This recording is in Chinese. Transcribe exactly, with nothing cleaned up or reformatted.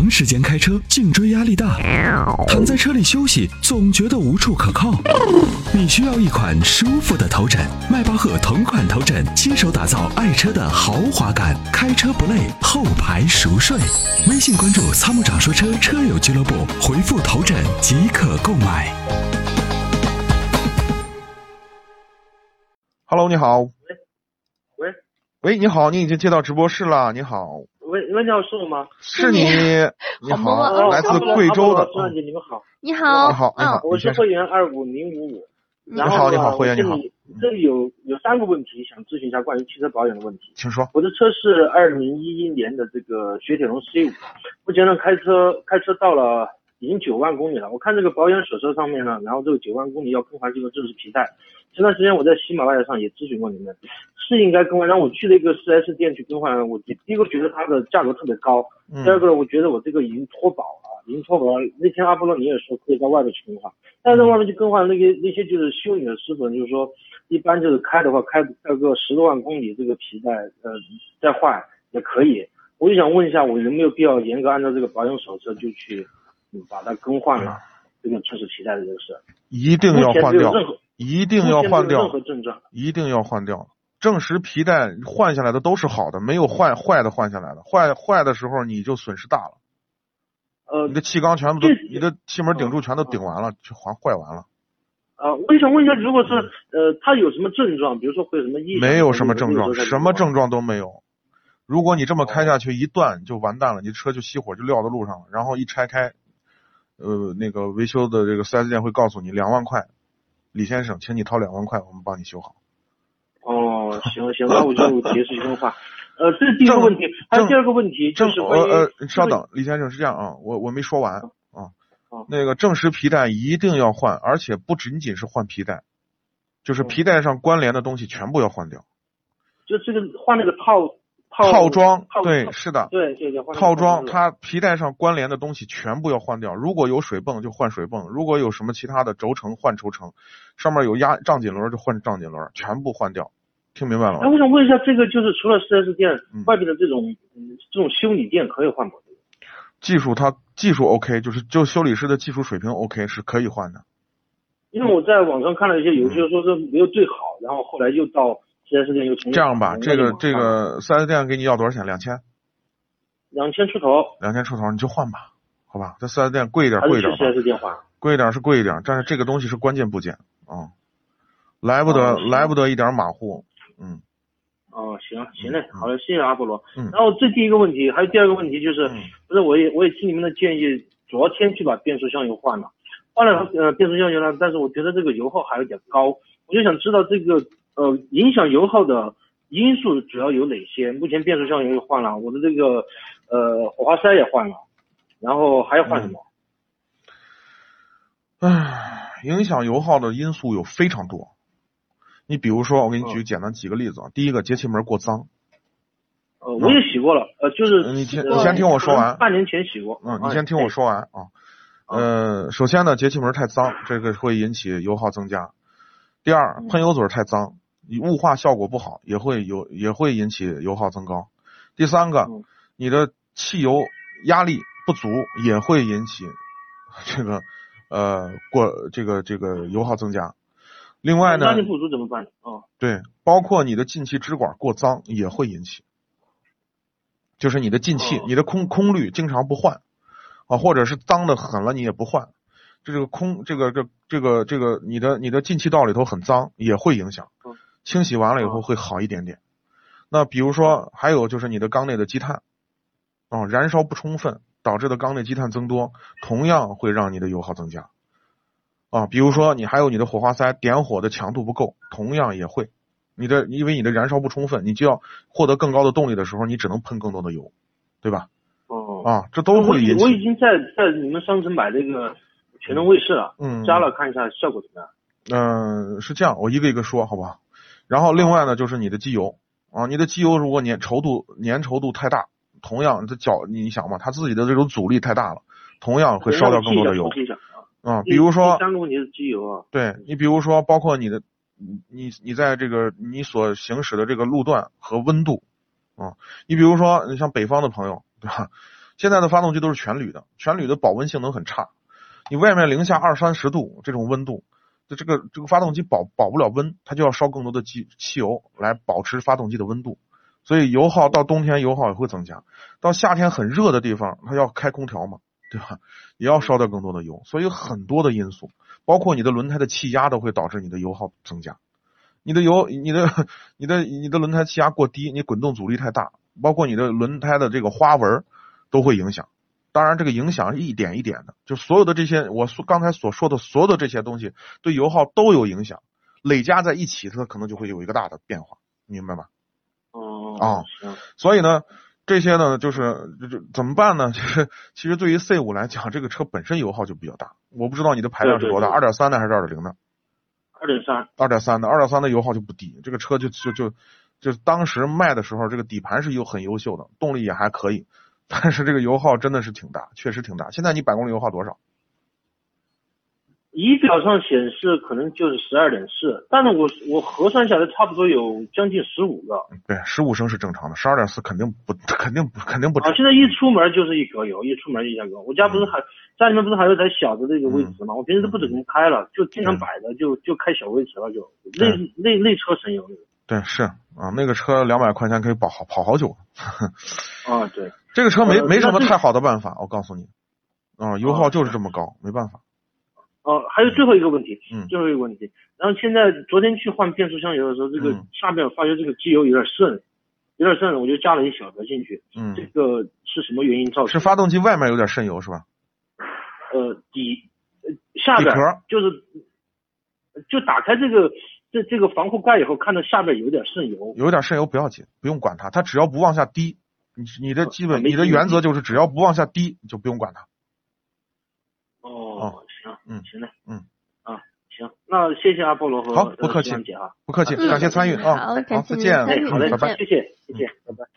长时间开车，颈椎压力大，躺在车里休息，总觉得无处可靠。你需要一款舒服的头枕，迈巴赫同款头枕，亲手打造爱车的豪华感，开车不累，后排熟睡。微信关注参谋长说车车友俱乐部，回复头枕即可购买。 Hello， 你好。 喂， 喂，你好，你已经接到直播室了。你好。 喂，喂，你好，是我吗？ 是你。你好， 好来自贵州的。 张姐，你们好。 你好。 你好，你好。 我是会员二五零五五。 你好，你好，会员你好。 这里有有三个问题想咨询一下关于汽车保养的问题。 请说。 我的车是二零一一年的这个雪铁龙 C 五，目前呢开车开车到了已经九万公里了。我看这个保养手册上面呢，然后这个九万公里要更换这个正时皮带。前段时间我在喜马拉雅上也咨询过你们，是应该更换。然后我去了一个 四 S 店去更换，我第一个觉得它的价格特别高，第二个我觉得我这个已经脱保了，已经脱保了。那天阿波罗你也说可以在外面去更换，但是在外面去更换那些那些就是修理的师傅，就是说一般就是开的话开开个十多万公里这个皮带呃再换也可以。我就想问一下，我有没有必要严格按照这个保养手册就去嗯把它更换了这个正时皮带的这个事？ 一定要换掉。一定要换掉， 任何症状一定要换掉。正时皮带换下来的都是好的，没有坏坏的换下来的，坏坏的时候你就损失大了。 呃， 你的气缸全部都，你的气门顶柱全都顶完了，就还坏完了。 呃，我想问一下，如果是呃，他有什么症状，比如说会有什么异常？ 没有什么症状，什么症状都没有。如果你这么开下去一断就完蛋了，你车就熄火就撂在路上了，然后一拆开，呃，那个维修的这个 四 S 店会告诉你两万块。李先生，请你掏两万块，我们帮你修好。 哦，行行，那我就结束电话。呃，这是第一个问题，还有第二个问题就是关于呃呃，稍等，李先生是这样啊，我我没说完啊。啊那个正时皮带一定要换，而且不仅仅是换皮带，就是皮带上关联的东西全部要换掉。 就这个换那个套套套装，对，是的， 对对对， 套装它皮带上关联的东西全部要换掉。如果有水泵就换水泵，如果有什么其他的轴承换轴承，上面有压胀紧轮就换胀紧轮，全部换掉。听明白了吗？ 哎，我想问一下，这个就是除了 四 S 店、嗯、外边的这种嗯这种修理店可以换吗？ 技术它技术 OK， 就是就修理师的技术水平 OK 是可以换的。 因为我在网上看了一些有些说是没有对好，嗯、然后后来又到四 S 店又重新。 这样吧，这个这个四 S 店给你要多少钱？两千。 两千出头。 两千出头，你就换吧，好吧？在四 S 店贵一点，贵一点吧。 四 S 店换。贵一点是贵一点，但是这个东西是关键部件啊、嗯，来不得、哦、来不得一点马虎，嗯。 哦，行行嘞，好的，谢谢阿波罗。 嗯。 然后这第一个问题，还有第二个问题就是，嗯、不是我也我也听你们的建议，昨天去把变速箱油换了，换了呃变速箱油呢，但是我觉得这个油耗还有点高，我就想知道这个呃影响油耗的因素主要有哪些？目前变速箱油换了，我的这个呃火花塞也换了，然后还要换什么？ 唉、嗯，影响油耗的因素有非常多。你比如说，我给你举简单几个例子啊。嗯、第一个，节气门过脏。 呃，我也洗过了，呃，就是你先你先听我说完。 半年前洗过。 嗯，你先听我说完啊。呃，首先呢，节气门太脏，这个会引起油耗增加。第二，喷油嘴太脏，雾化效果不好，也会有也会引起油耗增高。第三个，你的汽油压力不足，也会引起这个呃过这个这个油耗增加。另外呢， 压力不足怎么办？哦， 对，包括你的进气支管过脏也会引起，就是你的进气，哦、你的空空滤经常不换啊，或者是脏的很了你也不换，这个空这个这这个这个你的你的进气道里头很脏也会影响， 哦、 清洗完了以后会好一点点。哦、那比如说还有就是你的缸内的积碳啊、哦，燃烧不充分导致的缸内积碳增多，同样会让你的油耗增加。啊，比如说你还有你的火花塞点火的强度不够，同样也会，你的因为你的燃烧不充分，你就要获得更高的动力的时候，你只能喷更多的油，对吧？ 哦， 啊，这都会引起。 我已经在在你们商城买那个全能卫士了，嗯，加了看一下效果怎么样？ 嗯、呃，是这样，我一个一个说，好吧？然后另外呢，就是你的机油啊，你的机油如果粘稠度粘稠度太大，同样这脚你想嘛，它自己的这种阻力太大了，同样会烧掉更多的油。啊、嗯，比如说， 第三个问题是机油啊。 对你，比如说，包括你的，你你在这个你所行驶的这个路段和温度啊，你比如说，你像北方的朋友，对吧？ 现在的发动机都是全铝的，全铝的保温性能很差，你外面零下二三十度这种温度，这个这个发动机保保不了温，它就要烧更多的机汽油来保持发动机的温度，所以油耗到冬天油耗也会增加，到夏天很热的地方，它要开空调嘛，对吧？也要烧掉更多的油，所以有很多的因素，包括你的轮胎的气压都会导致你的油耗增加。你的油，你的你的你的轮胎气压过低，你滚动阻力太大，包括你的轮胎的这个花纹都会影响。当然这个影响是一点一点的，就所有的这些我刚才所说的所有的这些东西对油耗都有影响，累加在一起它可能就会有一个大的变化，明白吗？ 哦， 啊，所以呢这些呢就是怎么办呢？其实其实对于 C 五 来讲，这个车本身油耗就比较大，我不知道你的排量是多大， 二点三 的还是 二点零 的？ 二点三， 二点三 的 二点三 的油耗就不低，这个车就就就就当时卖的时候，这个底盘是有很优秀的，动力也还可以，但是这个油耗真的是挺大，确实挺大。现在你百公里油耗多少？ 仪表上显示可能就是 十二点四， 但是我我核算下来差不多有将近十五个。 对，十五升是正常的， 十二点四 肯定不肯定不肯定不止。 啊，现在一出门就是一格油，一出门一下格。我家不是还、嗯、家里面不是还有台小的那个威驰吗、嗯、我平时都不怎么开了，就经常摆着，就就开小威驰了，就那那那车省油。 对，是啊，那个车两百块钱可以跑好跑好久。 啊，对， 这个车没没什么太好的办法，我告诉你，啊，油耗就是这么高，没办法。 哦，还有最后一个问题，嗯，最后一个问题。然后现在昨天去换变速箱油的时候，这个下面发觉这个机油有点渗，有点渗，我就加了一小格进去。嗯，这个是什么原因造成的？ 是发动机外面有点渗油是吧？ 呃，底呃下边就是就打开这个这这个防护盖以后，看到下边有点渗油。 有点渗油不要紧，不用管它，它只要不往下滴，你你的基本、啊、你的原则就是只要不往下滴，你就不用管它。 哦。哦行， 嗯， 行的， 嗯， 啊，行，那谢谢阿波罗和好，不客气， 姐啊， 不客气，感谢参与啊， 好， 好，再见， 哎，好嘞， 拜拜， 谢谢，谢谢，拜拜。